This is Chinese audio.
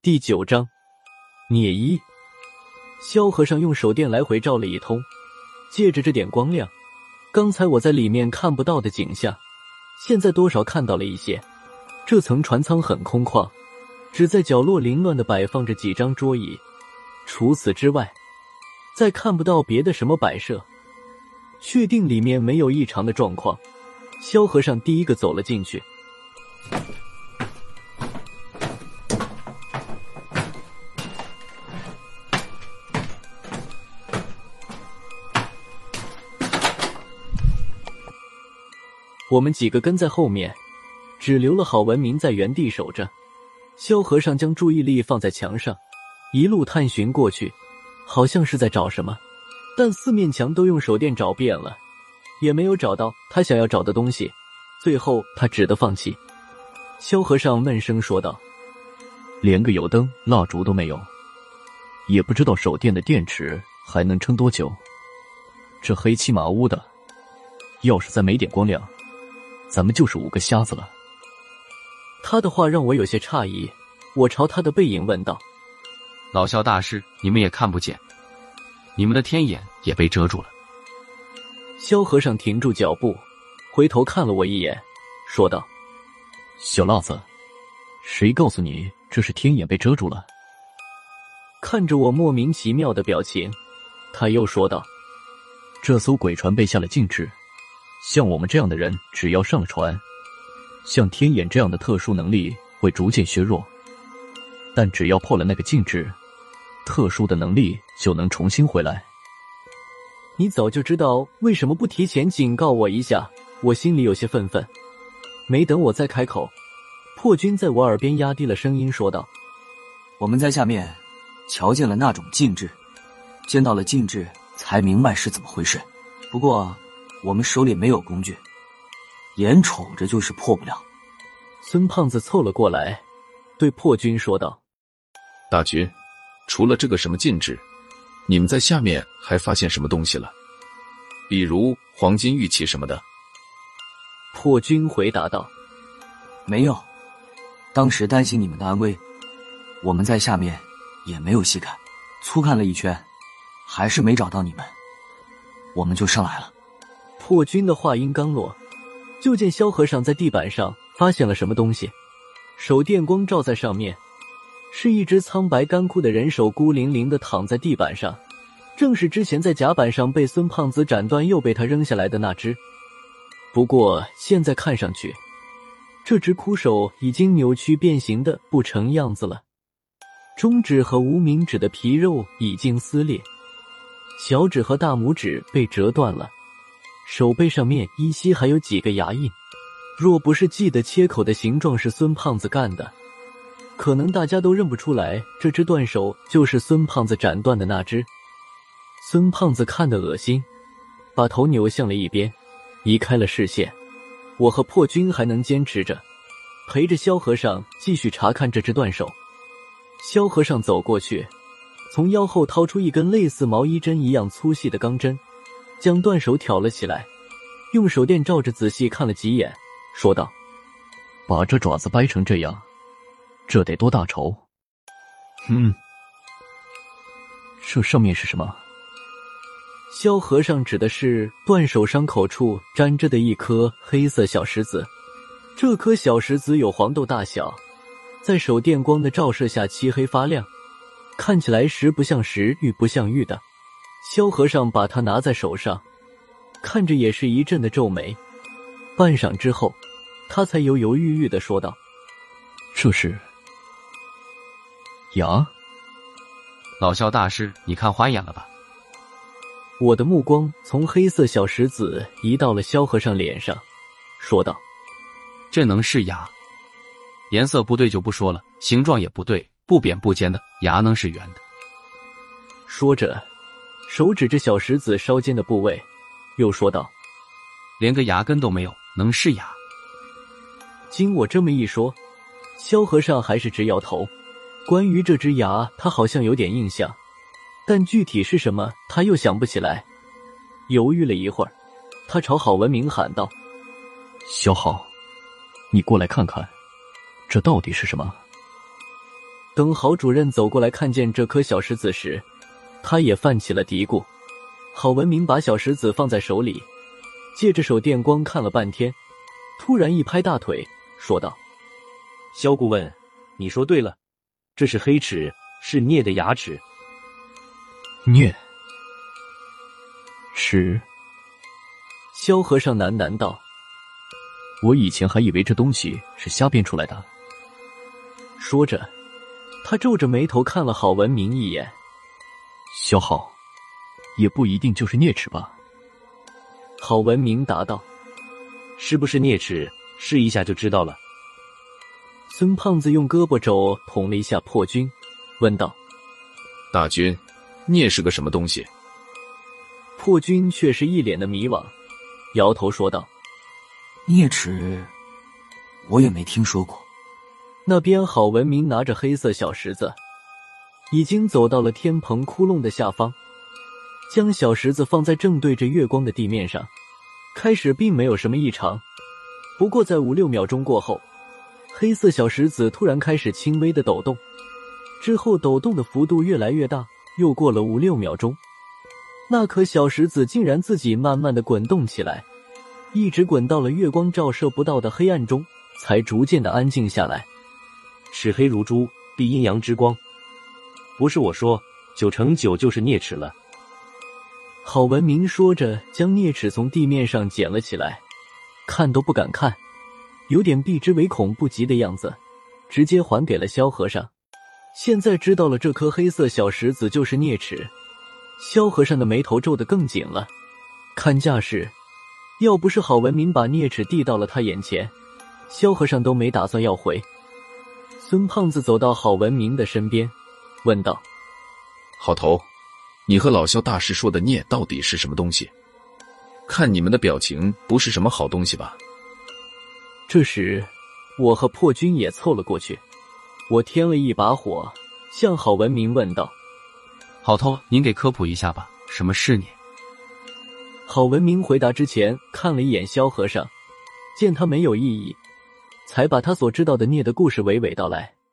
第9章孽衣。萧和尚用手电来回照了一通，借着这点光亮，刚才我在里面看不到的景象，现在多少看到了一些。这层船舱很空旷，只在角落凌乱地摆放着几张桌椅，除此之外，再看不到别的什么摆设。确定里面没有异常的状况，萧和尚第一个走了进去。我们几个跟在后面，只留了郝文明在原地守着。萧和尚将注意力放在墙上，一路探寻过去，好像是在找什么，但四面墙都用手电找遍了，也没有找到他想要找的东西。最后他只得放弃。萧和尚闷声说道： 连个油灯蜡烛都没有，也不知道手电的电池还能撑多久。这黑漆麻乌的，要是再没点光亮，咱们就是5个瞎子了。 他的话让我有些诧异，我朝他的背影问道： 老萧大师，你们也看不见，你们的天眼也被遮住了。 萧和尚停住脚步，回头看了我一眼，说道： 小辣子，谁告诉你这是天眼被遮住了？ 看着我莫名其妙的表情，他又说道： 这艘鬼船被下了禁制，像我们这样的人只要上了船，像天眼这样的特殊能力会逐渐削弱，但只要破了那个禁制，特殊的能力就能重新回来。 你早就知道，为什么不提前警告我一下？我心里有些愤愤。没等我再开口，破军在我耳边压低了声音说道： 我们在下面瞧见了那种禁制，见到了禁制才明白是怎么回事。不过我们手里没有工具，眼瞅着就是破不了。 孙胖子凑了过来，对破军说道： 大局，除了这个什么禁制，你们在下面还发现什么东西了？比如黄金玉器什么的。 破军回答道： 没有，当时担心你们的安危，我们在下面也没有细看，粗看了一圈，还是没找到你们，我们就上来了。 破军的话音刚落，就见萧和尚在地板上发现了什么东西，手电光照在上面，是一只苍白干枯的人手孤零零地躺在地板上，正是之前在甲板上被孙胖子斩断又被他扔下来的那只。不过现在看上去，这只枯手已经扭曲变形的不成样子了，中指和无名指的皮肉已经撕裂，小指和大拇指被折断了，手背上面依稀还有几个牙印，若不是记得切口的形状是孙胖子干的，可能大家都认不出来这只断手就是孙胖子斩断的那只。孙胖子看得恶心，把头扭向了一边，移开了视线。我和破军还能坚持着，陪着萧和尚继续查看这只断手。萧和尚走过去，从腰后掏出一根类似毛衣针一样粗细的钢针，将断手挑了起来，用手电照着仔细看了几眼，说道： 把这爪子掰成这样，这得多大仇？这上面是什么？ 萧和尚指的是断手伤口处粘着的一颗黑色小石子，这颗小石子有黄豆大小，在手电光的照射下漆黑发亮，看起来时不像时玉不像玉的。萧和尚把它拿在手上，看着也是一阵的皱眉，半晌之后他才犹犹豫豫地说道： 这是牙。 老萧大师，你看花眼了吧？ 我的目光从黑色小石子移到了萧和尚脸上，说道： 这能是牙？颜色不对就不说了，形状也不对，不扁不尖的牙能是圆的。 说着手指着小石子稍尖的部位，又说道： 连个牙根都没有，能是牙？ 经我这么一说，萧和尚还是直摇头。关于这只牙他好像有点印象，但具体是什么他又想不起来。犹豫了一会儿，他朝郝文明喊道： 小郝，你过来看看，这到底是什么？ 等郝主任走过来看见这颗小石子时，他也泛起了嘀咕。郝文明把小石子放在手里，借着手电光看了半天，突然一拍大腿，说道： 萧顾问，你说对了，这是黑齿，是孽的牙齿。 孽齿？ 萧和尚喃喃道： 我以前还以为这东西是瞎编出来的。 说着，他皱着眉头看了郝文明一眼。 萧浩，也不一定就是啮齿吧？ 郝文明答道： 是不是啮齿，试一下就知道了。 孙胖子用胳膊肘捅了一下破军，问道： 大军，啮是个什么东西？ 破军却是一脸的迷惘，摇头说道： 啮齿我也没听说过。 那边郝文明拿着黑色小石子，已经走到了天棚窟窿的下方，将小石子放在正对着月光的地面上。开始并没有什么异常，不过在5-6秒钟过后，黑色小石子突然开始轻微的抖动，之后抖动的幅度越来越大。又过了5-6秒钟，那颗小石子竟然自己慢慢的滚动起来，一直滚到了月光照射不到的黑暗中，才逐渐的安静下来。 齿黑如珠，避阴阳之光。不是我说，9成9就是啮齿了。 郝文明说着，将啮齿从地面上捡了起来，看都不敢看，有点避之唯恐不及的样子，直接还给了萧和尚。现在知道了这颗黑色小石子就是啮齿，萧和尚的眉头皱得更紧了。看架势，要不是郝文明把啮齿递到了他眼前，萧和尚都没打算要回。孙胖子走到郝文明的身边，问道： 郝头，你和老萧大师说的孽到底是什么东西？看你们的表情，不是什么好东西吧？ 这时，我和破军也凑了过去，我添了一把火，向郝文明问道： 郝头，您给科普一下吧，什么是孽？ 郝文明回答之前看了一眼萧和尚，见他没有异议，才把他所知道的孽的故事娓娓道来。